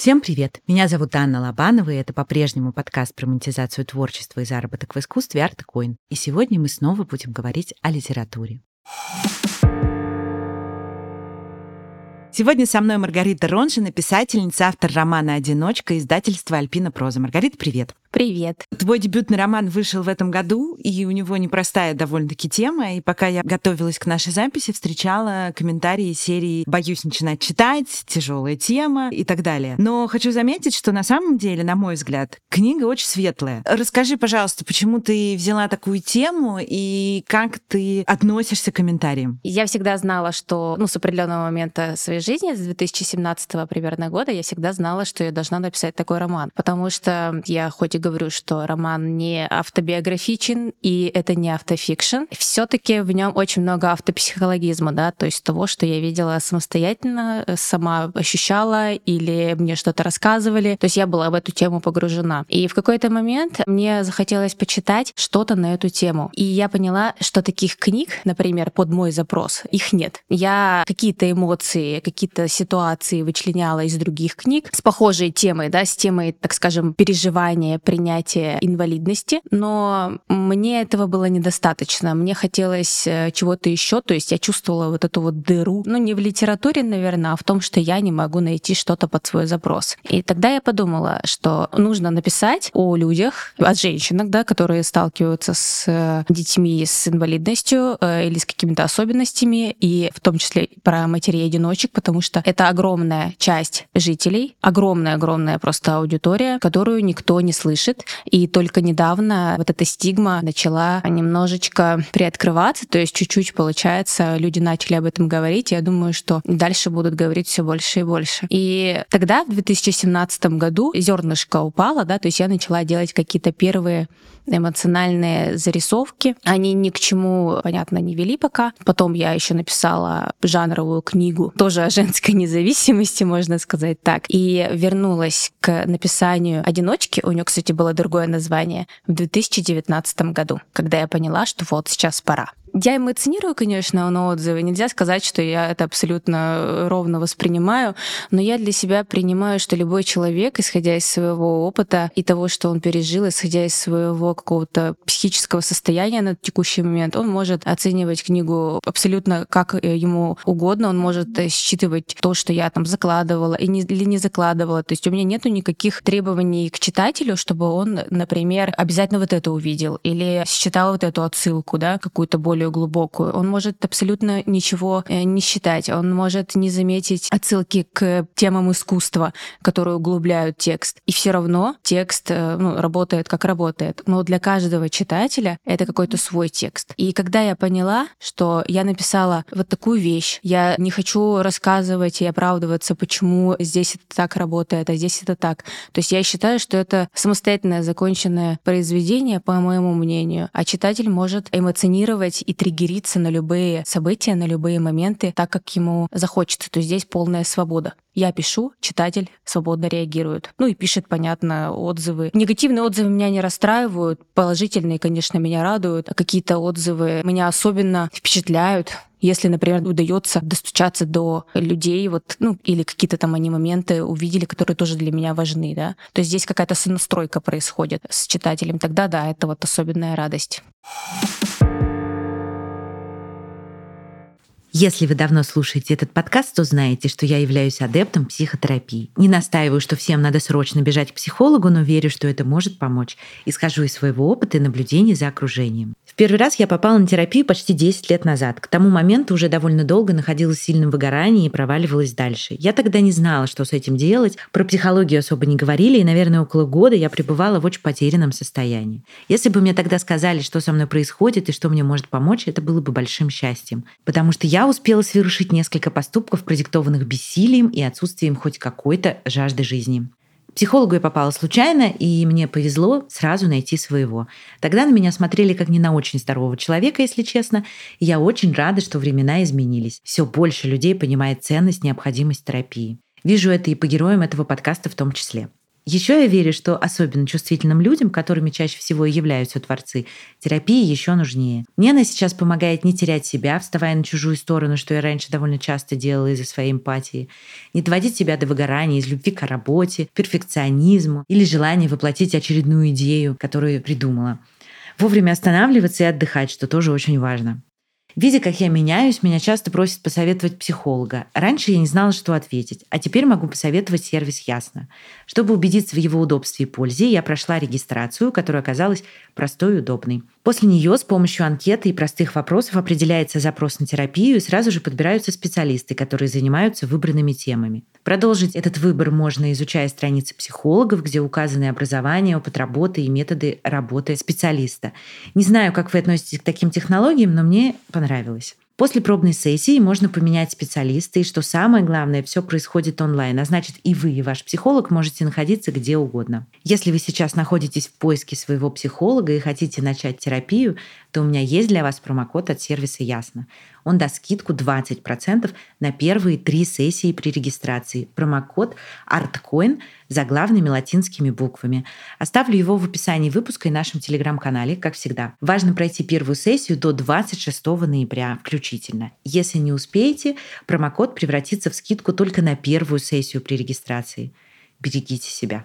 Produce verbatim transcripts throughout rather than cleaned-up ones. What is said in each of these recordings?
Всем привет! Меня зовут Анна Лобанова, и это по-прежнему подкаст про монетизацию творчества и заработок в искусстве «Art-Coin». И сегодня мы снова будем говорить о литературе. Сегодня со мной Маргарита Ронжина, писательница, автор романа «Одиночка», издательства «Альпина Проза». Маргарита, привет! Привет. Твой дебютный роман вышел в этом году, и у него непростая довольно-таки тема. И пока я готовилась к нашей записи, встречала комментарии серии «Боюсь начинать читать», «Тяжелая тема» и так далее. Но хочу заметить, что на самом деле, на мой взгляд, книга очень светлая. Расскажи, пожалуйста, почему ты взяла такую тему и как ты относишься к комментариям? Я всегда знала, что, ну, с определенного момента своей жизни, с две тысячи семнадцатого примерно года, я всегда знала, что я должна написать такой роман. Потому что я хоть и говорю, что роман не автобиографичен, и это не автофикшн, все-таки в нем очень много автопсихологизма, да, то есть того, что я видела самостоятельно, сама ощущала или мне что-то рассказывали. То есть я была в эту тему погружена. И в какой-то момент мне захотелось почитать что-то на эту тему. И я поняла, что таких книг, например, под мой запрос, их нет. Я какие-то эмоции, какие-то ситуации вычленяла из других книг с похожей темой, да, с темой, так скажем, переживания, принятия инвалидности, но мне этого было недостаточно. Мне хотелось чего-то еще, то есть я чувствовала вот эту вот дыру, ну не в литературе, наверное, а в том, что я не могу найти что-то под свой запрос. И тогда я подумала, что нужно написать о людях, о женщинах, да, которые сталкиваются с детьми с инвалидностью э, или с какими-то особенностями, и в том числе про матерей-одиночек, потому что это огромная часть жителей, огромная-огромная просто аудитория, которую никто не слышит. И только недавно вот эта стигма начала немножечко приоткрываться, то есть чуть-чуть, получается, люди начали об этом говорить, и я думаю, что дальше будут говорить все больше и больше. И тогда, в две тысячи семнадцатом году, зернышко упало, да, то есть я начала делать какие-то первые эмоциональные зарисовки. Они ни к чему, понятно, не вели пока. Потом я еще написала жанровую книгу, тоже о женской независимости, можно сказать так. И вернулась к написанию «Одиночки». У нее, кстати, было другое название в две тысячи девятнадцатом году, когда я поняла, что вот сейчас пора. Я эмоционирую, конечно, на отзывы. Нельзя сказать, что я это абсолютно ровно воспринимаю, но я для себя принимаю, что любой человек, исходя из своего опыта и того, что он пережил, исходя из своего какого-то психического состояния на текущий момент, он может оценивать книгу абсолютно как ему угодно, он может считывать то, что я там закладывала и не, или не закладывала. То есть у меня нету никаких требований к читателю, чтобы он, например, обязательно вот это увидел или считал вот эту отсылку, да, какую-то более глубокую. Он может абсолютно ничего не считать. Он может не заметить отсылки к темам искусства, которые углубляют текст. И все равно текст, ну, работает как работает. Но для каждого читателя это какой-то свой текст. И когда я поняла, что я написала вот такую вещь, я не хочу рассказывать и оправдываться, почему здесь это так работает, а здесь это так. То есть я считаю, что это самостоятельное законченное произведение, по моему мнению, а читатель может эмоционировать и триггериться на любые события, на любые моменты, так как ему захочется. То есть здесь полная свобода. Я пишу, читатель свободно реагирует. Ну и пишет, понятно, отзывы. Негативные отзывы меня не расстраивают, положительные, конечно, меня радуют. А какие-то отзывы меня особенно впечатляют. Если, например, удается достучаться до людей, вот, ну, или какие-то там они моменты увидели, которые тоже для меня важны, да. То есть здесь какая-то сонастройка происходит с читателем. Тогда, да, это вот особенная радость. Если вы давно слушаете этот подкаст, то знаете, что я являюсь адептом психотерапии. Не настаиваю, что всем надо срочно бежать к психологу, но верю, что это может помочь. Исхожу из своего опыта и наблюдений за окружением. В первый раз я попала на терапию почти десять лет назад. К тому моменту уже довольно долго находилась в сильном выгорании и проваливалась дальше. Я тогда не знала, что с этим делать. Про психологию особо не говорили, и, наверное, около года я пребывала в очень потерянном состоянии. Если бы мне тогда сказали, что со мной происходит и что мне может помочь, это было бы большим счастьем. Потому что я успела совершить несколько поступков, продиктованных бессилием и отсутствием хоть какой-то жажды жизни. К психологу я попала случайно, и мне повезло сразу найти своего. Тогда на меня смотрели как не на очень здорового человека, если честно, и я очень рада, что времена изменились. Все больше людей понимает ценность, необходимость терапии. Вижу это и по героям этого подкаста в том числе. Еще я верю, что особенно чувствительным людям, которыми чаще всего и являются творцы, терапия еще нужнее. Мне она сейчас помогает не терять себя, вставая на чужую сторону, что я раньше довольно часто делала из-за своей эмпатии, не доводить себя до выгорания из любви к работе, перфекционизму или желания воплотить очередную идею, которую придумала. Вовремя останавливаться и отдыхать, что тоже очень важно. Видя, как я меняюсь, меня часто просят посоветовать психолога. Раньше я не знала, что ответить, а теперь могу посоветовать сервис «Ясно». Чтобы убедиться в его удобстве и пользе, я прошла регистрацию, которая оказалась простой и удобной. После нее с помощью анкеты и простых вопросов определяется запрос на терапию, и сразу же подбираются специалисты, которые занимаются выбранными темами. Продолжить этот выбор можно, изучая страницы психологов, где указаны образование, опыт работы и методы работы специалиста. Не знаю, как вы относитесь к таким технологиям, но мне понравилось. После пробной сессии можно поменять специалиста, и что самое главное, все происходит онлайн, а значит и вы, и ваш психолог можете находиться где угодно. Если вы сейчас находитесь в поиске своего психолога и хотите начать терапию, то у меня есть для вас промокод от сервиса «Ясно». Он даст скидку двадцать процентов на первые три сессии при регистрации. Промокод ARTCOIN заглавными латинскими буквами. Оставлю его в описании выпуска и нашем телеграм-канале, как всегда. Важно пройти первую сессию до двадцать шестого ноября включительно. Если не успеете, промокод превратится в скидку только на первую сессию при регистрации. Берегите себя.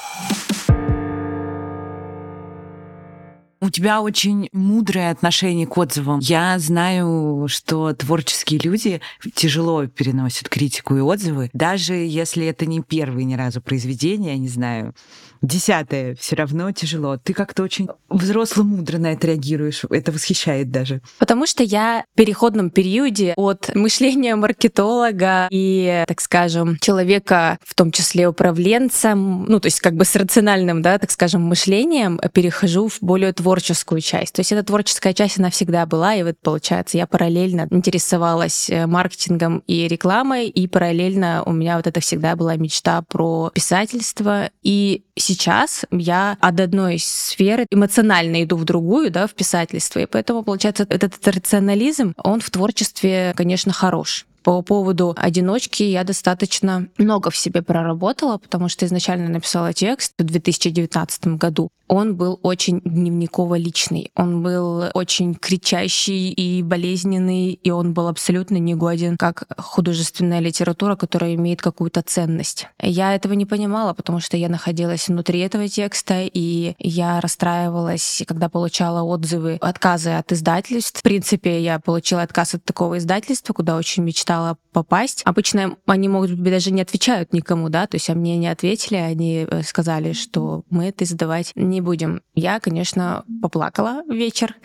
У тебя очень мудрое отношение к отзывам. Я знаю, что творческие люди тяжело переносят критику и отзывы, даже если это не первые ни разу произведения, я не знаю, десятое, все равно тяжело. Ты как-то очень взросло-мудро на это реагируешь. Это восхищает даже. Потому что я в переходном периоде от мышления маркетолога и, так скажем, человека, в том числе управленца, ну, то есть как бы с рациональным, да, так скажем, мышлением, перехожу в более творческую часть. То есть эта творческая часть, она всегда была, и вот, получается, я параллельно интересовалась маркетингом и рекламой, и параллельно у меня вот это всегда была мечта про писательство. И сейчас я от одной сферы эмоционально иду в другую, да, в писательство, и поэтому, получается, этот рационализм, он в творчестве, конечно, хорош. По поводу одиночки я достаточно много в себе проработала, потому что изначально написала текст в две тысячи девятнадцатом году. Он был очень дневниково-личный, он был очень кричащий и болезненный, и он был абсолютно негоден как художественная литература, которая имеет какую-то ценность. Я этого не понимала, потому что я находилась внутри этого текста, и я расстраивалась, когда получала отзывы, отказы от издательств. В принципе, я получила отказ от такого издательства, куда очень мечтала попасть. Обычно они, может быть, даже не отвечают никому, да, то есть а мне не ответили, они сказали, что мы это издавать не будем. Я, конечно, поплакала вечер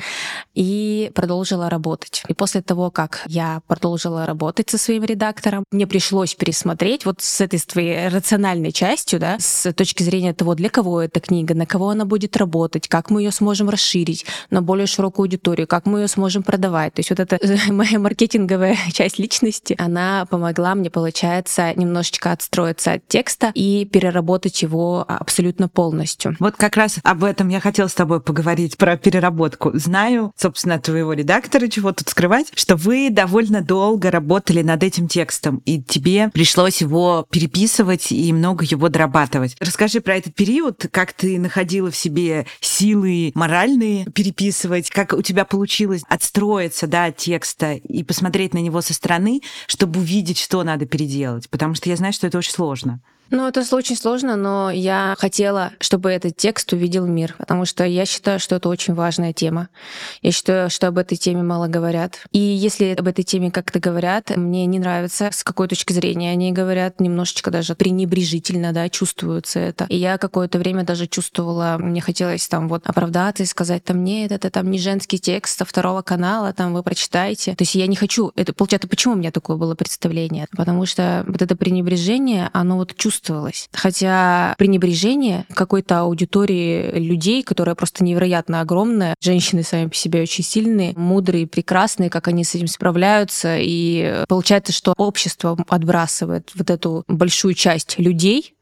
и продолжила работать. И после того, как я продолжила работать со своим редактором, мне пришлось пересмотреть вот с этой твоей рациональной частью, да, с точки зрения того, для кого эта книга, на кого она будет работать, как мы ее сможем расширить на более широкую аудиторию, как мы ее сможем продавать. То есть вот эта моя маркетинговая часть личности, она помогла мне, получается, немножечко отстроиться от текста и переработать его абсолютно полностью. Вот как раз об этом я хотела с тобой поговорить, про переработку. Знаю, собственно, твоего редактора, чего тут скрывать, что вы довольно долго работали над этим текстом, и тебе пришлось его переписывать и много его дорабатывать. Расскажи про этот период, как ты находила в себе силы моральные переписывать, как у тебя получилось отстроиться, да, от текста и посмотреть на него со стороны, чтобы увидеть, что надо переделать, потому что я знаю, что это очень сложно. Ну, это очень сложно, но я хотела, чтобы этот текст увидел мир, потому что я считаю, что это очень важная тема. Я считаю, что об этой теме мало говорят. И если об этой теме как-то говорят, мне не нравится, с какой точки зрения они говорят, немножечко даже пренебрежительно, да, чувствуется это. И я какое-то время даже чувствовала, мне хотелось там вот оправдаться и сказать, там, нет, это там не женский текст со второго канала, там вы прочитаете. То есть я не хочу, это получается, почему у меня такое было представление? Потому что вот это пренебрежение, оно вот чувствуется. Хотя пренебрежение какой-то аудитории людей, которая просто невероятно огромная, женщины сами по себе очень сильные, мудрые, прекрасные, как они с этим справляются, и получается, что общество отбрасывает вот эту большую часть людей,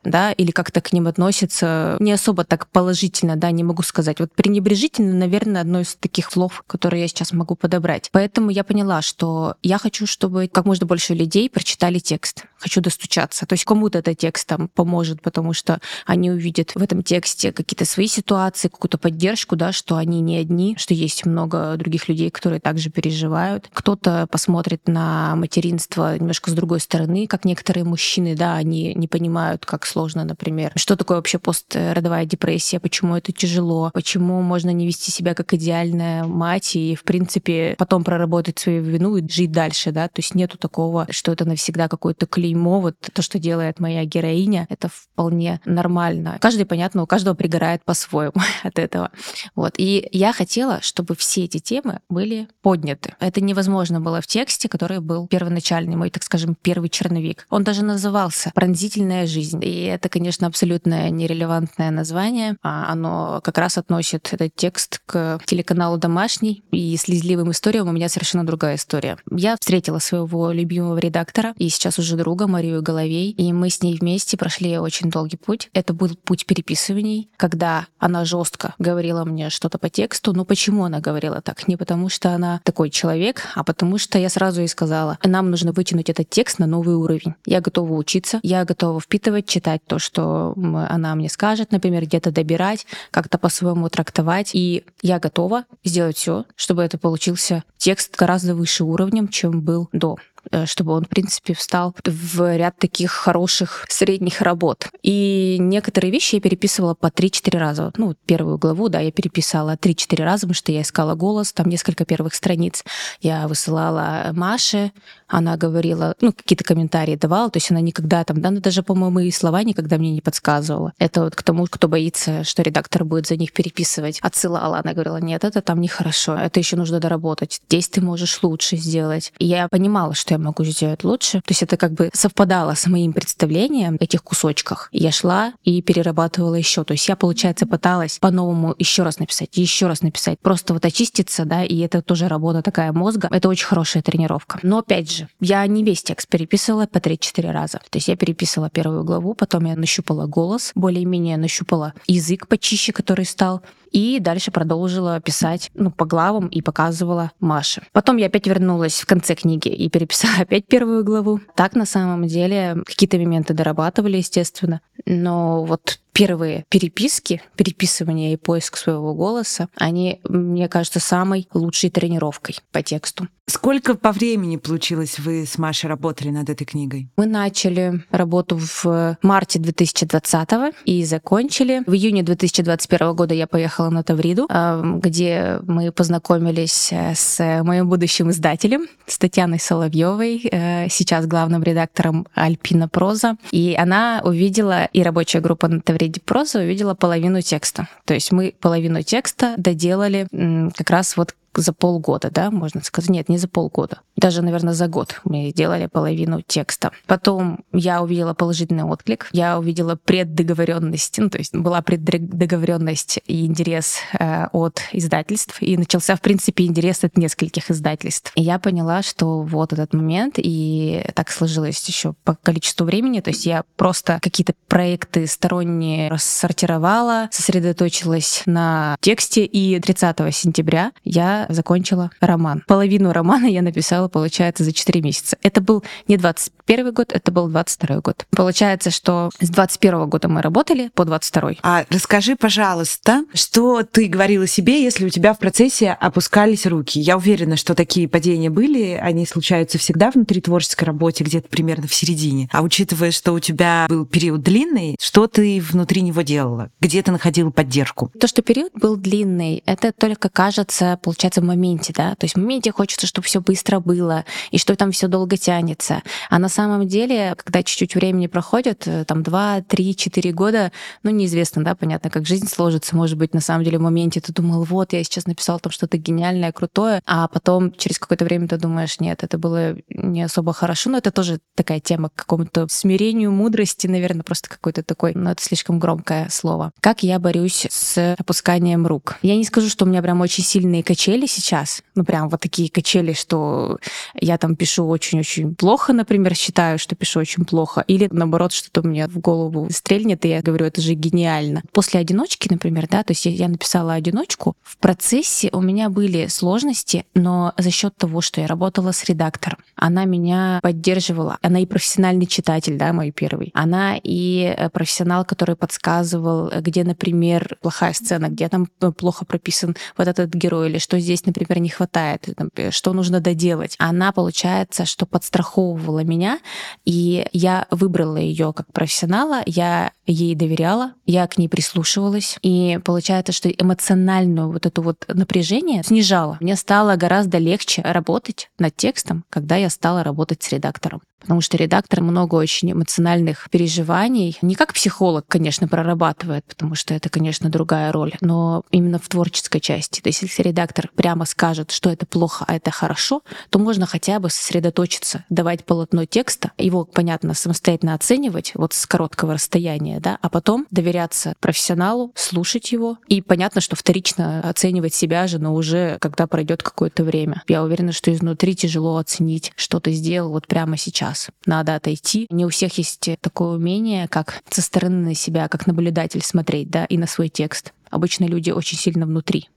да, или как-то к ним относятся не особо так положительно, да, не могу сказать. Вот пренебрежительно, наверное, одно из таких слов, которые я сейчас могу подобрать. Поэтому я поняла, что я хочу, чтобы как можно больше людей прочитали текст. Хочу достучаться. То есть кому-то этот текст там поможет, потому что они увидят в этом тексте какие-то свои ситуации, какую-то поддержку, да, что они не одни, что есть много других людей, которые также переживают. Кто-то посмотрит на материнство немножко с другой стороны, как некоторые мужчины, да, они не понимают, как сложно, например, что такое вообще постродовая депрессия, почему это тяжело, почему можно не вести себя как идеальная мать и, в принципе, потом проработать свою вину и жить дальше, да, то есть нету такого, что это навсегда какое-то клеймо, вот то, что делает моя героиня, это вполне нормально. Каждый, понятно, у каждого пригорает по-своему от этого. Вот. И я хотела, чтобы все эти темы были подняты. Это невозможно было в тексте, который был первоначальный, мой, так скажем, первый черновик. Он даже назывался «Пронзительная жизнь». И это, конечно, абсолютно нерелевантное название. Оно как раз относит этот текст к телеканалу «Домашний», и слезливым историям у меня совершенно другая история. Я встретила своего любимого редактора и сейчас уже друга Марию Головей, и мы с ней вместе прошли очень долгий путь. Это был путь переписываний, когда она жестко говорила мне что-то по тексту. Но почему она говорила так? Не потому что она такой человек, а потому что я сразу ей сказала, нам нужно вытянуть этот текст на новый уровень. Я готова учиться, я готова впитывать, читать то, что она мне скажет, например, где-то добирать, как-то по-своему трактовать. И я готова сделать все, чтобы это получился текст гораздо выше уровнем, чем был до, чтобы он, в принципе, встал в ряд таких хороших средних работ. И некоторые вещи я переписывала по три-четыре раза. Ну, первую главу, да, я переписала три-четыре раза, потому что я искала голос, там несколько первых страниц. Я высылала Маше, она говорила, ну, какие-то комментарии давала, то есть она никогда там, да, она даже, по-моему, и слова никогда мне не подсказывала. Это вот к тому, кто боится, что редактор будет за них переписывать. Отсылала, она говорила, нет, это там нехорошо, это еще нужно доработать. Здесь ты можешь лучше сделать. И я понимала, что я могу сделать лучше. То есть это как бы совпадало с моим представлением в этих кусочках. И я шла и перерабатывала еще. То есть я, получается, пыталась по-новому еще раз написать, еще раз написать. Просто вот очиститься, да, и это тоже работа такая мозга. Это очень хорошая тренировка. Но опять же, я не весь текст переписывала по три-четыре раза. То есть я переписывала первую главу, потом я нащупала голос, более-менее нащупала язык почище, который стал, и дальше продолжила писать, ну, по главам и показывала Маше. Потом я опять вернулась в конце книги и переписала опять первую главу. Так, на самом деле, какие-то моменты дорабатывали, естественно, но вот первые переписки, переписывание и поиск своего голоса, они, мне кажется, самой лучшей тренировкой по тексту. Сколько по времени получилось вы с Машей работали над этой книгой? Мы начали работу в марте две тысячи двадцатого и закончили. В июне две тысячи двадцать первого года я поехала на Тавриду, где мы познакомились с моим будущим издателем, с Татьяной Соловьевой, сейчас главным редактором Альпина Проза. И она увидела, и рабочая группа на Тавриде Проза увидела половину текста. То есть мы половину текста доделали как раз вот за полгода, да, можно сказать. Нет, не за полгода. Даже, наверное, за год мы делали половину текста. Потом я увидела положительный отклик, я увидела преддоговоренность, ну, то есть была преддоговоренность и интерес э, от издательств, и начался, в принципе, интерес от нескольких издательств. И я поняла, что вот этот момент, и так сложилось еще по количеству времени, то есть я просто какие-то проекты сторонние рассортировала, сосредоточилась на тексте, и тридцатого сентября я закончила роман. Половину романа я написала, получается, за четыре месяца. Это был не двадцать первый год, это был двадцать второй год. Получается, что с двадцать первого года мы работали по двадцать второй. А расскажи, пожалуйста, что ты говорила себе, если у тебя в процессе опускались руки? Я уверена, что такие падения были, они случаются всегда внутри творческой работы, где-то примерно в середине. А учитывая, что у тебя был период длинный, что ты внутри него делала? Где ты находила поддержку? То, что период был длинный, это только кажется, получается, в моменте, да, то есть в моменте хочется, чтобы все быстро было, и что там все долго тянется. А на самом деле, когда чуть-чуть времени проходит, там два, три, четыре года, ну, неизвестно, да, понятно, как жизнь сложится. Может быть, на самом деле в моменте ты думал, вот, я сейчас написал там что-то гениальное, крутое, а потом через какое-то время ты думаешь, нет, это было не особо хорошо, но это тоже такая тема к какому-то смирению, мудрости, наверное, просто какой-то такой, но это слишком громкое слово. Как я борюсь с опусканием рук? Я не скажу, что у меня прям очень сильные качели качели сейчас, ну прям вот такие качели, что я там пишу очень-очень плохо, например, считаю, что пишу очень плохо, или наоборот, что-то у меня в голову стрельнет, и я говорю, это же гениально. После «Одиночки», например, да, то есть я написала «Одиночку», в процессе у меня были сложности, но за счет того, что я работала с редактором, она меня поддерживала, она и профессиональный читатель, да, мой первый, она и профессионал, который подсказывал, где, например, плохая сцена, где там плохо прописан вот этот герой, или что здесь, например, не хватает, что нужно доделать. Она, получается, что подстраховывала меня, и я выбрала ее как профессионала, я ей доверяла, я к ней прислушивалась, и получается, что эмоциональную вот это вот напряжение снижала. Мне стало гораздо легче работать над текстом, когда я стала работать с редактором. Потому что редактор много очень эмоциональных переживаний. Не как психолог, конечно, прорабатывает, потому что это, конечно, другая роль, но именно в творческой части. То есть если редактор прямо скажет, что это плохо, а это хорошо, то можно хотя бы сосредоточиться, давать полотно текста, его, понятно, самостоятельно оценивать вот с короткого расстояния, да, а потом доверяться профессионалу, слушать его. И понятно, что вторично оценивать себя же, но уже когда пройдет какое-то время. Я уверена, что изнутри тяжело оценить, что ты сделал вот прямо сейчас. Надо отойти. Не у всех есть такое умение, как со стороны на себя, как наблюдатель смотреть, да, и на свой текст. Обычно люди очень сильно внутри.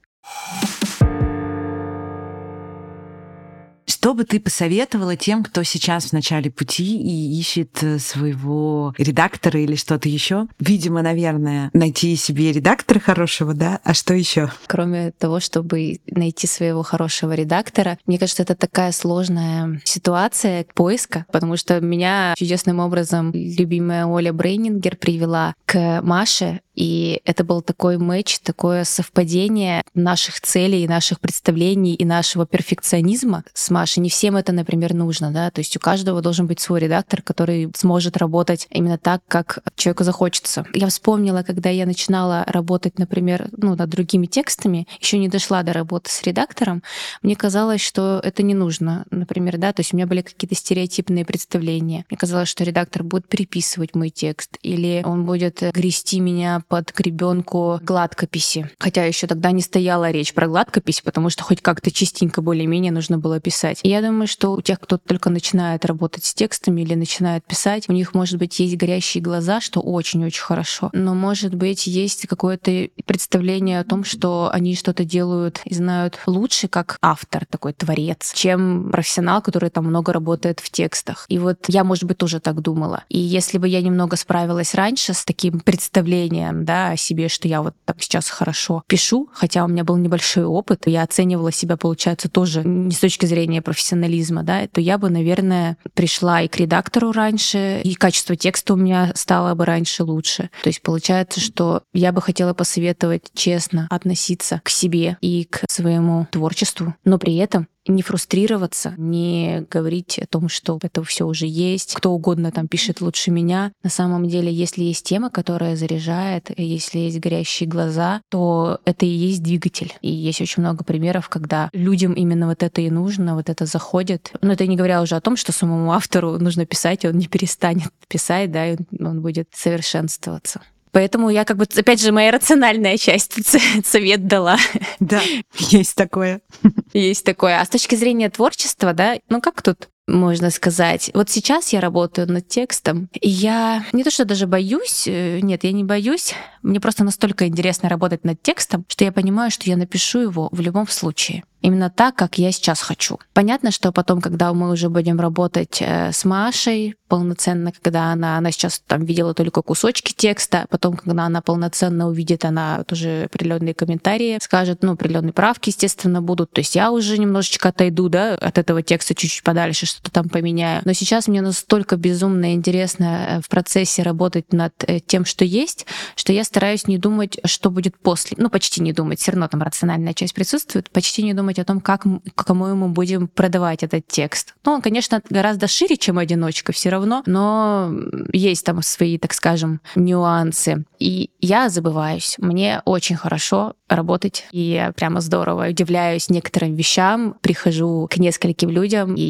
Что бы ты посоветовала тем, кто сейчас в начале пути и ищет своего редактора или что-то еще? Видимо, наверное, найти себе редактора хорошего, да? А что еще? Кроме того, чтобы найти своего хорошего редактора, мне кажется, это такая сложная ситуация поиска, потому что меня чудесным образом любимая Оля Брейнингер привела к Маше, и это был такой матч, такое совпадение наших целей, наших представлений и нашего перфекционизма с Машей. Не всем это, например, нужно, да, то есть у каждого должен быть свой редактор, который сможет работать именно так, как человеку захочется. Я вспомнила, когда я начинала работать, например, ну, над другими текстами, еще не дошла до работы с редактором, мне казалось, что это не нужно, например, да, то есть у меня были какие-то стереотипные представления. Мне казалось, что редактор будет переписывать мой текст, или он будет грести меня под гребенку гладкописи. Хотя еще тогда не стояла речь про гладкопись, потому что хоть как-то частенько более-менее нужно было писать. И я думаю, что у тех, кто только начинает работать с текстами или начинает писать, у них, может быть, есть горящие глаза, что очень-очень хорошо. Но, может быть, есть какое-то представление о том, что они что-то делают и знают лучше, как автор, такой творец, чем профессионал, который там много работает в текстах. И вот я, может быть, тоже так думала. И если бы я немного справилась раньше с таким представлением, да, о себе, что я вот там сейчас хорошо пишу, хотя у меня был небольшой опыт, я оценивала себя, получается, тоже не с точки зрения профессионализма, да, то я бы, наверное, пришла и к редактору раньше, и качество текста у меня стало бы раньше лучше. То есть получается, что я бы хотела посоветовать честно относиться к себе и к своему творчеству, но при этом не фрустрироваться, не говорить о том, что это все уже есть, кто угодно там пишет лучше меня. На самом деле, если есть тема, которая заряжает, если есть горящие глаза, то это и есть двигатель. И есть очень много примеров, когда людям именно вот это и нужно, вот это заходит. Но это не говоря уже о том, что самому автору нужно писать, и он не перестанет писать, да, и он будет совершенствоваться. Поэтому я как бы, опять же, моя рациональная часть совет дала. Да, есть такое. Есть такое. А с точки зрения творчества, да, ну как тут можно сказать? Вот сейчас я работаю над текстом, и я не то что даже боюсь, нет, я не боюсь, мне просто настолько интересно работать над текстом, что я понимаю, что я напишу его в любом случае. Именно так, как я сейчас хочу. Понятно, что потом, когда мы уже будем работать с Машей полноценно, когда она, она сейчас там видела только кусочки текста, потом, когда она полноценно увидит, она тоже определенные комментарии скажет, ну, определенные правки, естественно, будут. То есть я уже немножечко отойду, да, от этого текста чуть-чуть подальше, что-то там поменяю. Но сейчас мне настолько безумно интересно в процессе работать над тем, что есть, что я стараюсь не думать, что будет после. Ну, почти не думать, все равно там рациональная часть присутствует, почти не думать о том, как, кому мы будем продавать этот текст. Ну, он, конечно, гораздо шире, чем «Одиночка», все равно, но есть там свои, так скажем, нюансы. И я забываюсь. Мне очень хорошо работать, и я прямо здорово удивляюсь некоторым вещам, прихожу к нескольким людям и там присылаю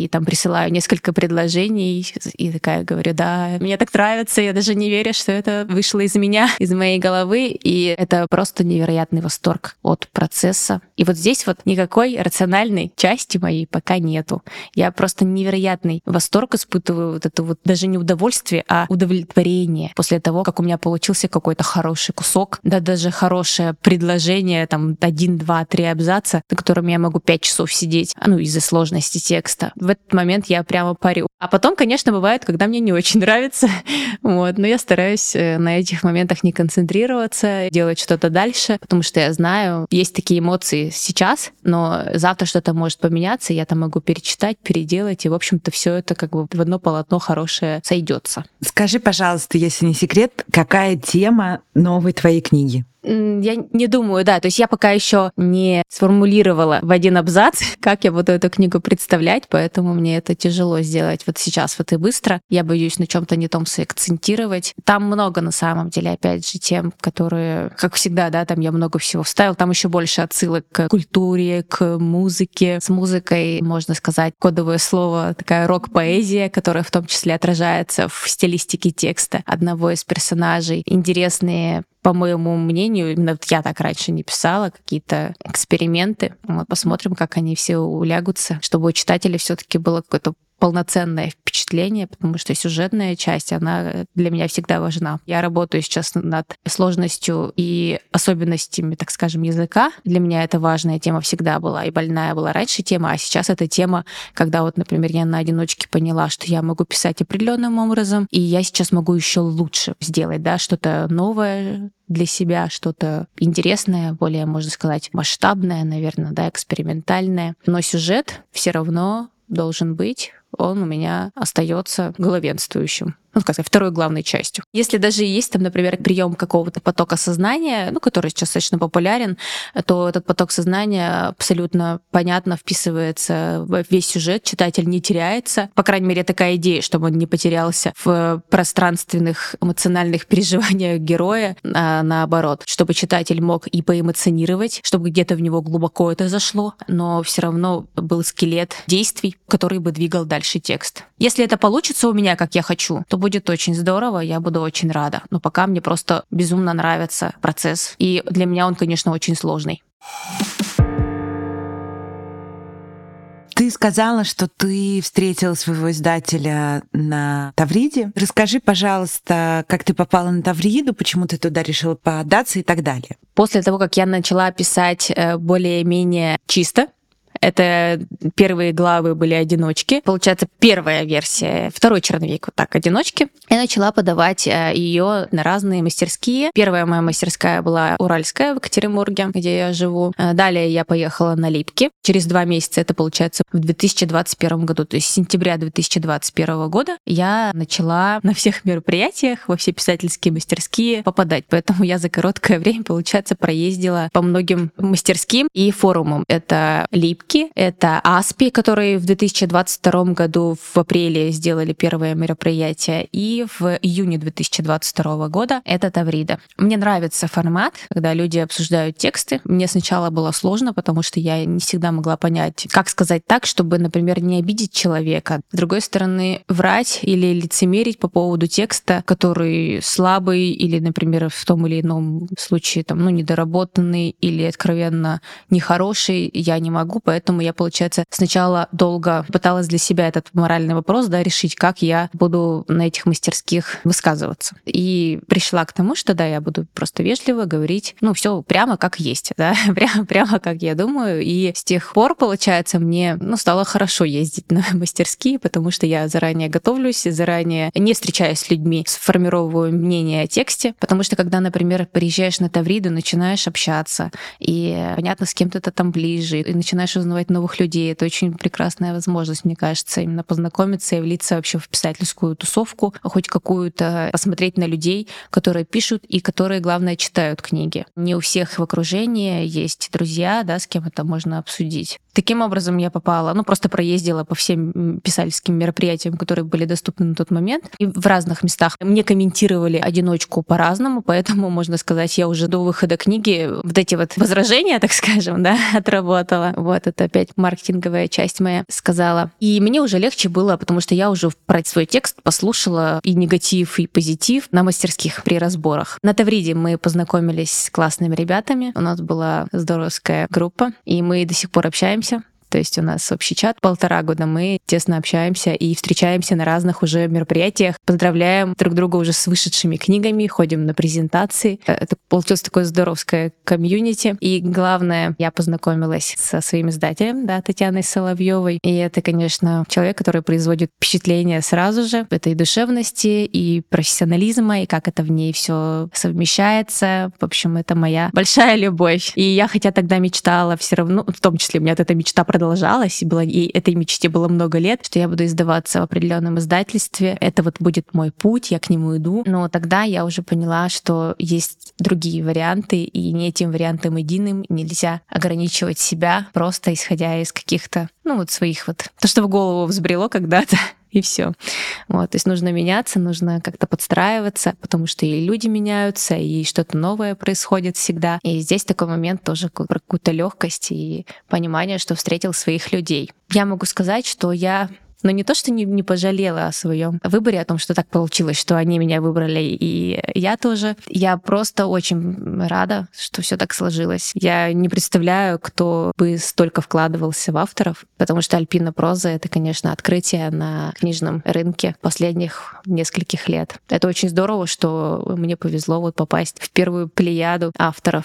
присылаю несколько предложений и такая говорю, да, мне так нравится, я даже не верю, что это вышло из меня, из моей головы, и это просто невероятный восторг от процесса. И вот здесь вот никакой рациональной части моей пока нету. Я просто невероятный восторг испытываю, вот это вот даже не удовольствие, а удовлетворение после того, как у меня получился какой-то хороший кусок, да даже хорошее предложение, там один, два, три абзаца, на котором я могу пять часов сидеть, ну из-за сложности текста. В этот момент я прямо парю. А потом, конечно, бывает, когда мне не очень нравится, вот, но я стараюсь на этих моментах не концентрироваться, делать что-то дальше, потому что я знаю, есть такие эмоции сейчас, но завтра что-то может поменяться, я там могу перечитать, переделать, и, в общем-то, все это как бы в одно полотно хорошее сойдется. Скажи, пожалуйста, если не секрет, какая тема новой твоей книги? Я не думаю, да. То есть я пока еще не сформулировала в один абзац, как я буду эту книгу представлять, поэтому мне это тяжело сделать вот сейчас вот и быстро. Я боюсь на чем-то не том сакцентировать. Там много на самом деле, опять же, тем, которые, как всегда, да, там я много всего вставила. Там еще больше отсылок к культуре, к музыке. С музыкой, можно сказать, кодовое слово, такая рок-поэзия, которая в том числе отражается в стилистике текста одного из персонажей. Интересные, по моему мнению, именно вот я так раньше не писала, какие-то эксперименты. Вот посмотрим, как они все улягутся, чтобы у читателя все-таки было какое-то полноценное впечатление, потому что сюжетная часть, она для меня всегда важна. Я работаю сейчас над сложностью и особенностями, так скажем, языка. Для меня это важная тема всегда была, и больная была раньше тема, а сейчас это тема, когда вот, например, я на одиночке поняла, что я могу писать определенным образом, и я сейчас могу еще лучше сделать, да, что-то новое для себя, что-то интересное, более, можно сказать, масштабное, наверное, да, экспериментальное. Но сюжет все равно должен быть, он у меня остается главенствующим. Ну, как сказать, второй главной частью. Если даже есть там, например, прием какого-то потока сознания, ну, который сейчас достаточно популярен, то этот поток сознания абсолютно понятно вписывается в весь сюжет, читатель не теряется. По крайней мере, такая идея, чтобы он не потерялся в пространственных эмоциональных переживаниях героя, а наоборот, чтобы читатель мог и поэмоционировать, чтобы где-то в него глубоко это зашло, но все равно был скелет действий, который бы двигал дальше текст. Если это получится у меня, как я хочу, то будет очень здорово, я буду очень рада. Но пока мне просто безумно нравится процесс. И для меня он, конечно, очень сложный. Ты сказала, что ты встретила своего издателя на Тавриде. Расскажи, пожалуйста, как ты попала на Тавриду, почему ты туда решила податься и так далее. После того, как я начала писать более-менее чисто, это первые главы были одиночки. Получается, первая версия, второй черновик, вот так, одиночки. Я начала подавать ее на разные мастерские. Первая моя мастерская была Уральская в Екатеринбурге, где я живу. Далее я поехала на Липки. Через два месяца, это получается в две тысячи двадцать первом году, то есть с сентября две тысячи двадцать первого года, я начала на всех мероприятиях, во все писательские мастерские попадать. Поэтому я за короткое время, получается, проездила по многим мастерским и форумам. Это Липки, это Аспи, которые в две тысячи двадцать втором году в апреле сделали первое мероприятие, и в июне две тысячи двадцать второго года это Таврида. Мне нравится формат, когда люди обсуждают тексты. Мне сначала было сложно, потому что я не всегда могла понять, как сказать так, чтобы, например, не обидеть человека. С другой стороны, врать или лицемерить по поводу текста, который слабый или, например, в том или ином случае там, ну, недоработанный или откровенно нехороший, я не могу, поэтому Поэтому я, получается, сначала долго пыталась для себя этот моральный вопрос, да, решить, как я буду на этих мастерских высказываться. И пришла к тому, что да, я буду просто вежливо говорить, ну, все прямо как есть, да, прямо, прямо как я думаю. И с тех пор, получается, мне, ну, стало хорошо ездить на мастерские, потому что я заранее готовлюсь, заранее не встречаюсь с людьми, сформировываю мнение о тексте, потому что когда, например, приезжаешь на Тавриду, начинаешь общаться, и понятно, с кем-то ты там ближе, и начинаешь узнавать новых людей. Это очень прекрасная возможность, мне кажется, именно познакомиться и влиться вообще в писательскую тусовку, хоть какую-то, посмотреть на людей, которые пишут и которые, главное, читают книги. Не у всех в окружении есть друзья, да, с кем это можно обсудить. Таким образом я попала, ну, просто проездила по всем писательским мероприятиям, которые были доступны на тот момент. И в разных местах мне комментировали одиночку по-разному, поэтому, можно сказать, я уже до выхода книги вот эти вот возражения, так скажем, да, отработала. Вот, это это опять маркетинговая часть моя, сказала. И мне уже легче было, потому что я уже про свой текст послушала и негатив, и позитив на мастерских при разборах. На Тавриде мы познакомились с классными ребятами. У нас была здоровская группа, и мы до сих пор общаемся. То есть у нас общий чат. Полтора года мы тесно общаемся и встречаемся на разных уже мероприятиях. Поздравляем друг друга уже с вышедшими книгами, ходим на презентации. Это получилось такое здоровское комьюнити. И главное, я познакомилась со своим издателем, да, Татьяной Соловьевой. И это, конечно, человек, который производит впечатление сразу же. Это и душевности, и профессионализма, и как это в ней все совмещается. В общем, это моя большая любовь. И я, хотя тогда мечтала все равно, в том числе у меня вот эта мечта продолжалась, продолжалась, и, было, и этой мечте было много лет, что я буду издаваться в определенном издательстве. Это вот будет мой путь, я к нему иду. Но тогда я уже поняла, что есть другие варианты, и не этим вариантом единым нельзя ограничивать себя, просто исходя из каких-то, ну вот своих вот, то, что в голову взбрело когда-то, и все. Вот, то есть нужно меняться, нужно как-то подстраиваться, потому что и люди меняются, и что-то новое происходит всегда. И здесь такой момент тоже про какую-то легкость и понимание, что встретил своих людей. Я могу сказать, что я Но не то, что не, не пожалела о своем выборе, о том, что так получилось, что они меня выбрали, и я тоже. Я просто очень рада, что все так сложилось. Я не представляю, кто бы столько вкладывался в авторов, потому что альпина проза — это, конечно, открытие на книжном рынке последних нескольких лет. Это очень здорово, что мне повезло вот попасть в первую плеяду авторов.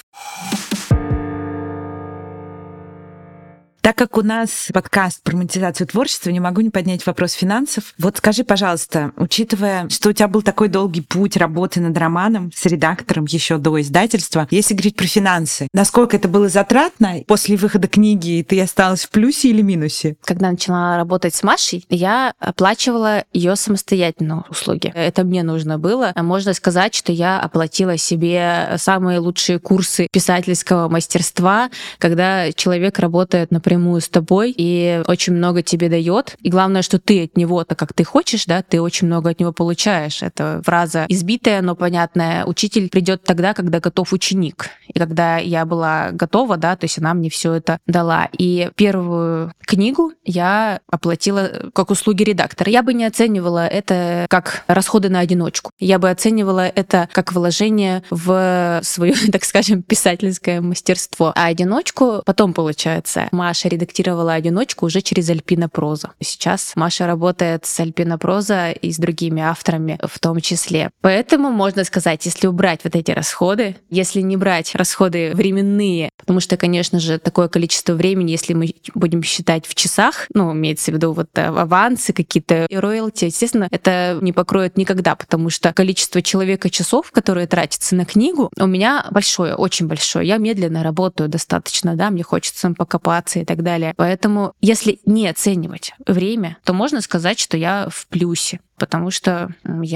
Так как у нас подкаст про монетизацию творчества, не могу не поднять вопрос финансов. Вот скажи, пожалуйста, учитывая, что у тебя был такой долгий путь работы над романом с редактором еще до издательства, если говорить про финансы, насколько это было затратно после выхода книги, ты осталась в плюсе или минусе? Когда начала работать с Машей, я оплачивала ее самостоятельно услуги. Это мне нужно было. Можно сказать, что я оплатила себе самые лучшие курсы писательского мастерства, когда человек работает напрямую с тобой и очень много тебе дает. И главное, что ты от него, так как ты хочешь, да, ты очень много от него получаешь. Это фраза избитая, но понятная. Учитель придет тогда, когда готов ученик. И когда я была готова, да, то есть она мне все это дала. И первую книгу я оплатила как услуги редактора. Я бы не оценивала это как расходы на одиночку. Я бы оценивала это как вложение в свое, так скажем, писательское мастерство. А одиночку потом, получается, Маша редактировала одиночку уже через альпина проза. Сейчас Маша работает с альпина проза и с другими авторами в том числе. Поэтому можно сказать, если убрать вот эти расходы, если не брать расходы временные, потому что, конечно же, такое количество времени, если мы будем считать в часах, ну, имеется в виду вот авансы какие-то и роялти, естественно, это не покроет никогда, потому что количество человека часов, которые тратятся на книгу, у меня большое, очень большое. Я медленно работаю достаточно, да, мне хочется покопаться и так далее. Поэтому, если не оценивать время, то можно сказать, что я в плюсе, потому что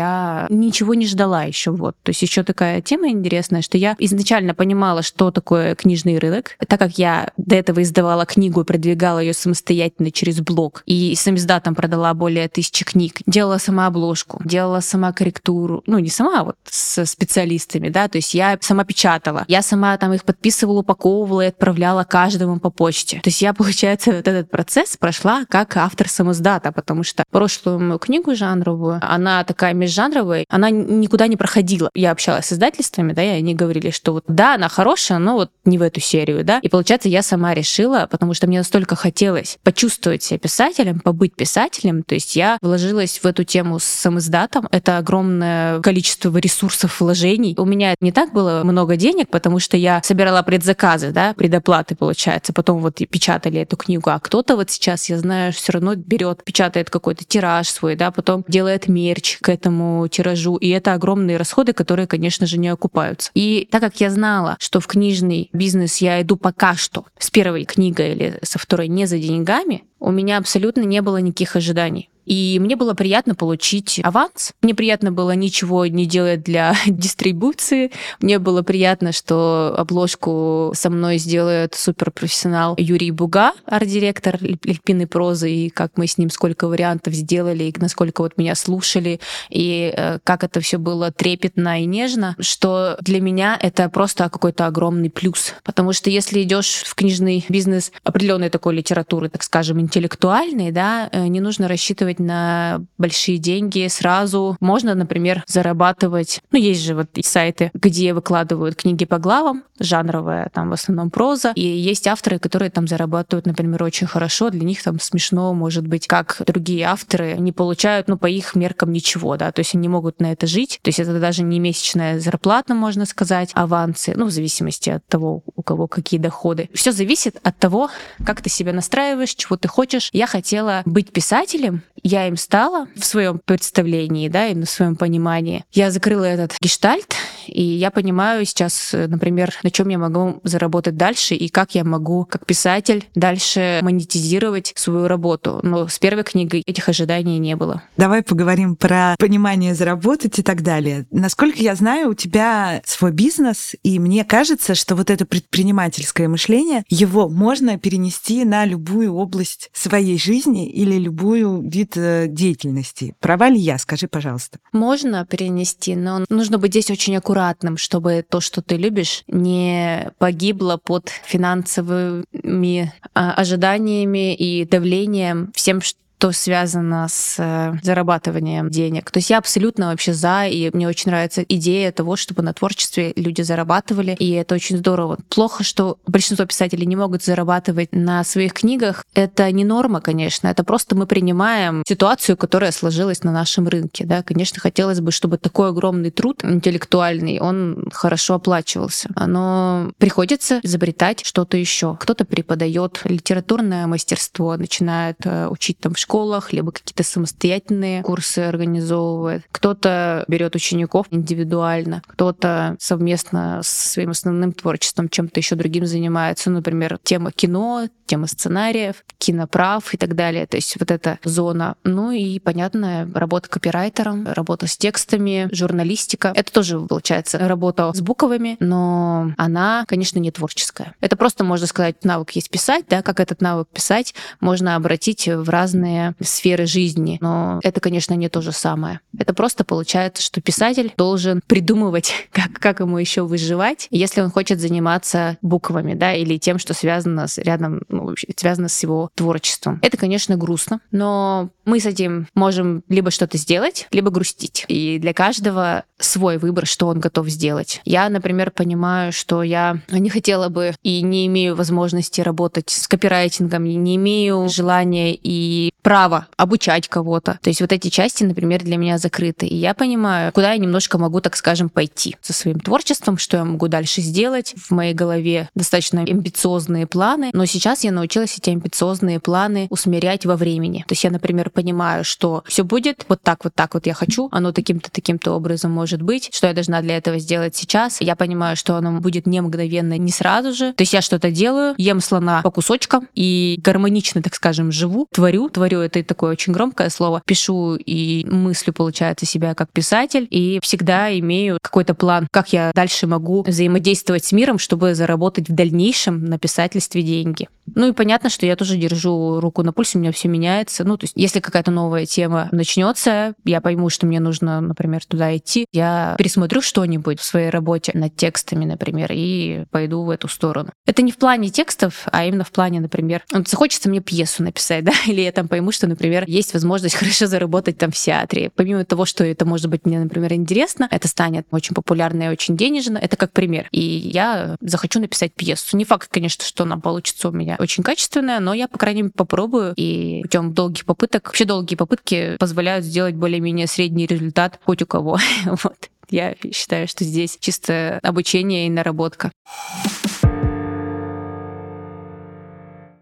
я ничего не ждала еще. Вот. То есть еще такая тема интересная, что я изначально понимала, что такое книжный рынок, так как я до этого издавала книгу, продвигала ее самостоятельно через блог, и самиздатом продала более тысячи книг, делала сама обложку, делала сама корректуру, ну не сама, а вот с специалистами, да, то есть я сама печатала, я сама там их подписывала, упаковывала и отправляла каждому по почте. То есть я, получается, вот этот процесс прошла как автор самиздата, потому что прошлую мою книгу жанру, она такая межжанровая, она никуда не проходила. Я общалась с издательствами, да, и они говорили, что вот да, она хорошая, но вот не в эту серию, да. И получается, я сама решила, потому что мне настолько хотелось почувствовать себя писателем, побыть писателем, то есть я вложилась в эту тему с самиздатом. Это огромное количество ресурсов, вложений. У меня не так было много денег, потому что я собирала предзаказы, да, предоплаты, получается, потом вот и печатали эту книгу, а кто-то вот сейчас, я знаю, все равно берет, печатает какой-то тираж свой, да, потом делает мерч к этому тиражу, и это огромные расходы, которые, конечно же, не окупаются. И так как я знала, что в книжный бизнес я иду пока что с первой книгой или со второй не за деньгами, у меня абсолютно не было никаких ожиданий. И мне было приятно получить аванс. Мне приятно было ничего не делать для дистрибуции. Мне было приятно, что обложку со мной сделает суперпрофессионал Юрий Буга, арт-директор Альпиной прозы, и как мы с ним сколько вариантов сделали, и насколько вот меня слушали, и э, как это все было трепетно и нежно, что для меня это просто какой-то огромный плюс. Потому что если идешь в книжный бизнес определенной такой литературы, так скажем, интеллектуальной, да, э, не нужно рассчитывать на большие деньги сразу. Можно, например, зарабатывать... Ну, есть же вот сайты, где выкладывают книги по главам, жанровая, там в основном проза, и есть авторы, которые там зарабатывают, например, очень хорошо, для них там смешно, может быть, как другие авторы не получают, ну, по их меркам ничего, да, то есть они могут на это жить, то есть это даже не месячная зарплата, можно сказать, авансы, ну, в зависимости от того, у кого какие доходы. Все зависит от того, как ты себя настраиваешь, чего ты хочешь. Я хотела быть писателем, я им стала в своем представлении, да, и на своем понимании. Я закрыла этот гештальт, и я понимаю сейчас, например, на чем я могу заработать дальше и как я могу, как писатель, дальше монетизировать свою работу. Но с первой книгой этих ожиданий не было. Давай поговорим про понимание заработать и так далее. Насколько я знаю, у тебя свой бизнес, и мне кажется, что вот это предпринимательское мышление, его можно перенести на любую область своей жизни или любую вид деятельности. Права ли я? Скажи, пожалуйста. Можно перенести, но нужно быть здесь очень аккуратным, чтобы то, что ты любишь, не погибло под финансовыми ожиданиями и давлением всем, что то связано с зарабатыванием денег. То есть я абсолютно вообще за, и мне очень нравится идея того, чтобы на творчестве люди зарабатывали, и это очень здорово. Плохо, что большинство писателей не могут зарабатывать на своих книгах. Это не норма, конечно, это просто мы принимаем ситуацию, которая сложилась на нашем рынке. Да? Конечно, хотелось бы, чтобы такой огромный труд интеллектуальный, он хорошо оплачивался. Но приходится изобретать что-то еще. Кто-то преподает литературное мастерство, начинает учить там в школе, школах, либо какие-то самостоятельные курсы организовывает. Кто-то берет учеников индивидуально, кто-то совместно со своим основным творчеством чем-то еще другим занимается. Например, тема кино, тема сценариев, киноправ и так далее. То есть вот эта зона. Ну и, понятно, работа копирайтером, работа с текстами, журналистика. Это тоже, получается, работа с буквами, но она, конечно, не творческая. Это просто, можно сказать, навык есть писать, да, как этот навык писать можно обратить в разные сферы жизни. Но это, конечно, не то же самое. Это просто получается, что писатель должен придумывать, как, как ему еще выживать, если он хочет заниматься буквами, да, или тем, что связано с рядом, ну, вообще, связано с его творчеством. Это, конечно, грустно, но мы с этим можем либо что-то сделать, либо грустить. И для каждого свой выбор, что он готов сделать. Я, например, понимаю, что я не хотела бы и не имею возможности работать с копирайтингом, не имею желания и права обучать кого-то. То есть вот эти части, например, для меня закрыты. И я понимаю, куда я немножко могу, так скажем, пойти со своим творчеством, что я могу дальше сделать. В моей голове достаточно амбициозные планы, но сейчас я научилась эти амбициозные планы усмирять во времени. То есть я, например, понимаю, что все будет вот так, вот так вот я хочу, оно таким-то, таким-то образом может быть, что я должна для этого сделать сейчас. Я понимаю, что оно будет не мгновенно, не сразу же. То есть я что-то делаю, ем слона по кусочкам и гармонично, так скажем, живу, творю, творю это такое очень громкое слово, пишу и мыслю, получается, себя как писатель, и всегда имею какой-то план, как я дальше могу взаимодействовать с миром, чтобы заработать в дальнейшем на писательстве деньги. Ну и понятно, что я тоже держу руку на пульсе, у меня все меняется. Ну, то есть, если какая-то новая тема начнется, я пойму, что мне нужно, например, туда идти, я пересмотрю что-нибудь в своей работе над текстами, например, и пойду в эту сторону. Это не в плане текстов, а именно в плане, например, вот захочется мне пьесу написать, да, или я там пойму, что, например, есть возможность хорошо заработать там в театре. Помимо того, что это может быть мне, например, интересно, это станет очень популярно и очень денежно, это как пример. И я захочу написать пьесу. Не факт, конечно, что она получится у меня очень качественная, но я, по крайней мере, попробую. И путем долгих попыток, вообще долгие попытки позволяют сделать более-менее средний результат хоть у кого. Вот. Я считаю, что здесь чисто обучение и наработка.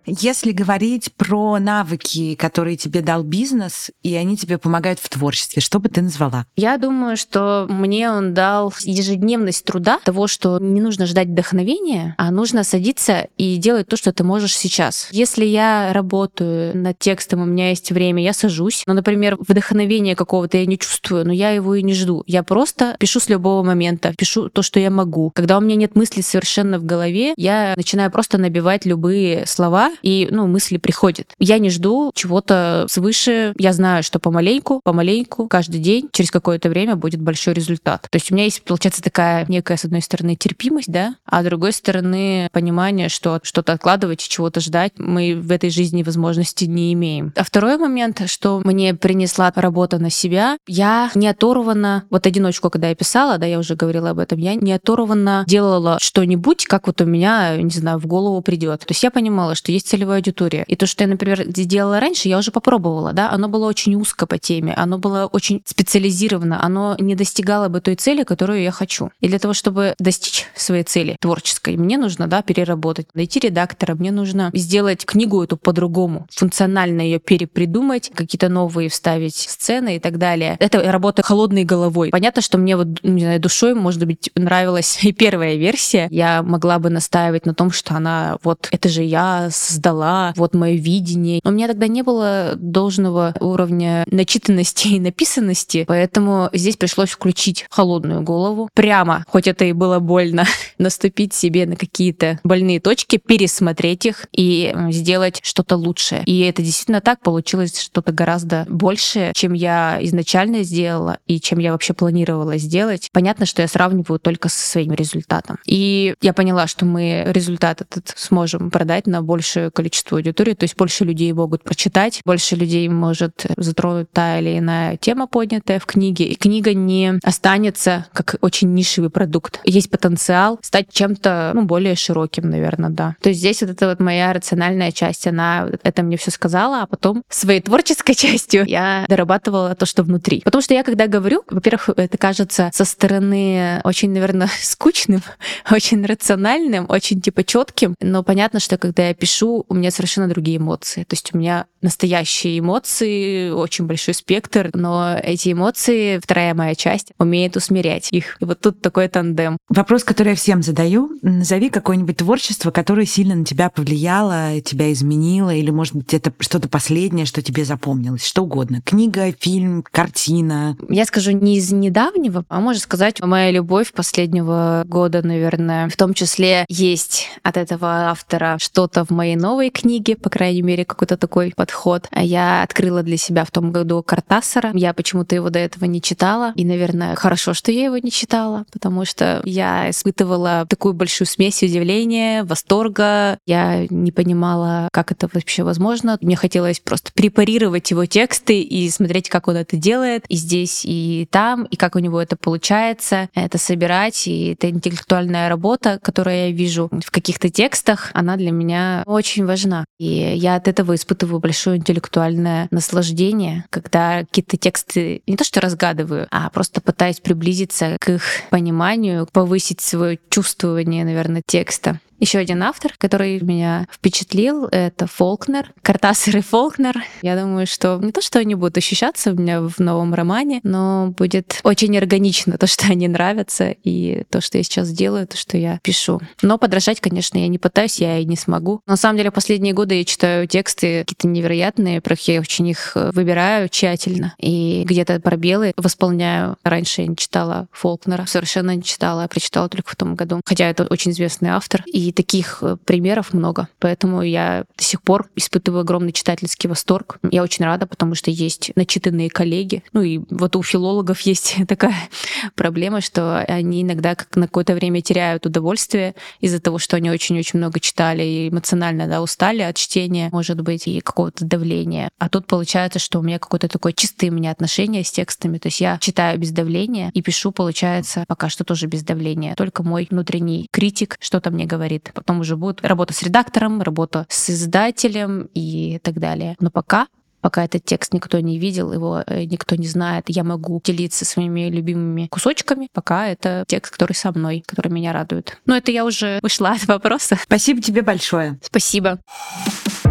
Если говорить про навыки, которые тебе дал бизнес, и они тебе помогают в творчестве, что бы ты назвала? Я думаю, что мне он дал ежедневность труда, того, что не нужно ждать вдохновения, а нужно садиться и делать то, что ты можешь сейчас. Если я работаю над текстом, у меня есть время, я сажусь. Но, например, вдохновения какого-то я не чувствую, но я его и не жду. Я просто пишу с любого момента, пишу то, что я могу. Когда у меня нет мыслей совершенно в голове, я начинаю просто набивать любые слова, и ну, мысли приходят. Я не жду чего-то свыше. Я знаю, что помаленьку, помаленьку, каждый день, через какое-то время будет большой результат. То есть у меня есть, получается, такая некая, с одной стороны, терпимость, да, а с другой стороны, понимание, что что-то откладывать и чего-то ждать мы в этой жизни возможности не имеем. А второй момент, что мне принесла работа на себя, я не оторвана, вот одиночку, когда я писала, да, я уже говорила об этом, я не оторвана делала что-нибудь, как вот у меня, не знаю, в голову придет. То есть я понимала, что есть целевая аудитория. И то, что я, например, сделала раньше, я уже попробовала, да, оно было очень узко по теме, оно было очень специализировано, оно не достигало бы той цели, которую я хочу. И для того, чтобы достичь своей цели творческой, мне нужно, да, переработать, найти редактора, мне нужно сделать книгу эту по-другому, функционально ее перепридумать, какие-то новые вставить сцены и так далее. Это работа холодной головой. Понятно, что мне вот, не знаю, душой, может быть, нравилась и первая версия. Я могла бы настаивать на том, что она вот, это же я создала, вот мое видение. Но у меня тогда не было должного уровня начитанности и написанности, поэтому здесь пришлось включить холодную голову. Прямо, хоть это и было больно, наступить себе на какие-то больные точки, пересмотреть их и сделать что-то лучшее. И это действительно так, получилось что-то гораздо большее, чем я изначально сделала и чем я вообще планировала сделать. Понятно, что я сравниваю только со своим результатом. И я поняла, что мы результат этот сможем продать на большее количество аудитории, то есть больше людей могут прочитать, больше людей может затронуть та или иная тема, поднятая в книге. И книга не останется как очень нишевый продукт. Есть потенциал стать чем-то, ну, более широким, наверное, да. То есть здесь вот эта вот моя рациональная часть, она это мне все сказала, а потом своей творческой частью я дорабатывала то, что внутри. Потому что я когда говорю, во-первых, это кажется со стороны очень, наверное, скучным, очень рациональным, очень типа четким, но понятно, что когда я пишу, у меня совершенно другие эмоции. То есть у меня настоящие эмоции, очень большой спектр, но эти эмоции, вторая моя часть, умеет усмирять их. И вот тут такой тандем. Вопрос, который я всем задаю. Назови какое-нибудь творчество, которое сильно на тебя повлияло, тебя изменило, или, может быть, это что-то последнее, что тебе запомнилось. Что угодно. Книга, фильм, картина. Я скажу не из недавнего, а можно сказать, моя любовь последнего года, наверное. В том числе есть от этого автора что-то в моей новой книге, по крайней мере, какой-то такой подход. Я открыла для себя в том году Кортасара. Я почему-то его до этого не читала. И, наверное, хорошо, что я его не читала, потому что я испытывала такую большую смесь удивления, восторга. Я не понимала, как это вообще возможно. Мне хотелось просто препарировать его тексты и смотреть, как он это делает. И здесь, и там, и как у него это получается. Это собирать, и это интеллектуальная работа, которую я вижу в каких-то текстах, она для меня очень важна. И я от этого испытываю большое интеллектуальное наслаждение, когда какие-то тексты не то что разгадываю, а просто пытаюсь приблизиться к их пониманию, повысить свое чувствование, наверное, текста. Еще один автор, который меня впечатлил, это Фолкнер. Кортасар и Фолкнер. Я думаю, что не то, что они будут ощущаться у меня в новом романе, но будет очень органично то, что они нравятся, и то, что я сейчас делаю, то, что я пишу. Но подражать, конечно, я не пытаюсь, я и не смогу. Но на самом деле, последние годы я читаю тексты какие-то невероятные, про я очень их выбираю тщательно. И где-то пробелы восполняю. Раньше я не читала Фолкнера, совершенно не читала, я прочитала только в том году. Хотя это очень известный автор. И И таких примеров много. Поэтому я до сих пор испытываю огромный читательский восторг. Я очень рада, потому что есть начитанные коллеги. Ну и вот у филологов есть такая проблема, что они иногда как на какое-то время теряют удовольствие из-за того, что они очень-очень много читали и эмоционально, да, устали от чтения, может быть, и какого-то давления. А тут получается, что у меня какое-то такое чистое у меня отношение с текстами. То есть я читаю без давления и пишу, получается, пока что тоже без давления. Только мой внутренний критик что-то мне говорит. Потом уже будет работа с редактором, работа с издателем и так далее. Но пока Пока этот текст никто не видел, его никто не знает, я могу делиться своими любимыми кусочками, пока это текст, который со мной, который меня радует. Но это я уже вышла от вопроса. Спасибо тебе большое. Спасибо.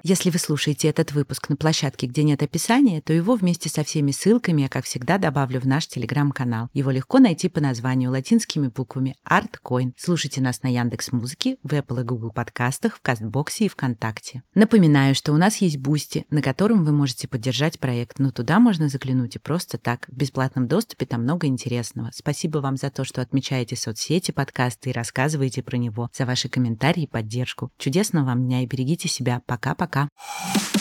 Если вы слушаете этот выпуск на площадке, где нет описания, то его вместе со всеми ссылками я, как всегда, добавлю в наш телеграм-канал. Его легко найти по названию латинскими буквами ArtCoin. Слушайте нас на Яндекс.Музыке, в Apple и Google подкастах, в Кастбоксе и ВКонтакте. Напоминаю, что у нас есть Бусти, на котором вы можете поддержать проект, но туда можно заглянуть и просто так. В бесплатном доступе там много интересного. Спасибо вам за то, что отмечаете соцсети подкаста и рассказываете про него, за ваши комментарии и поддержку. Чудесного вам дня и берегите себя. Пока-пока.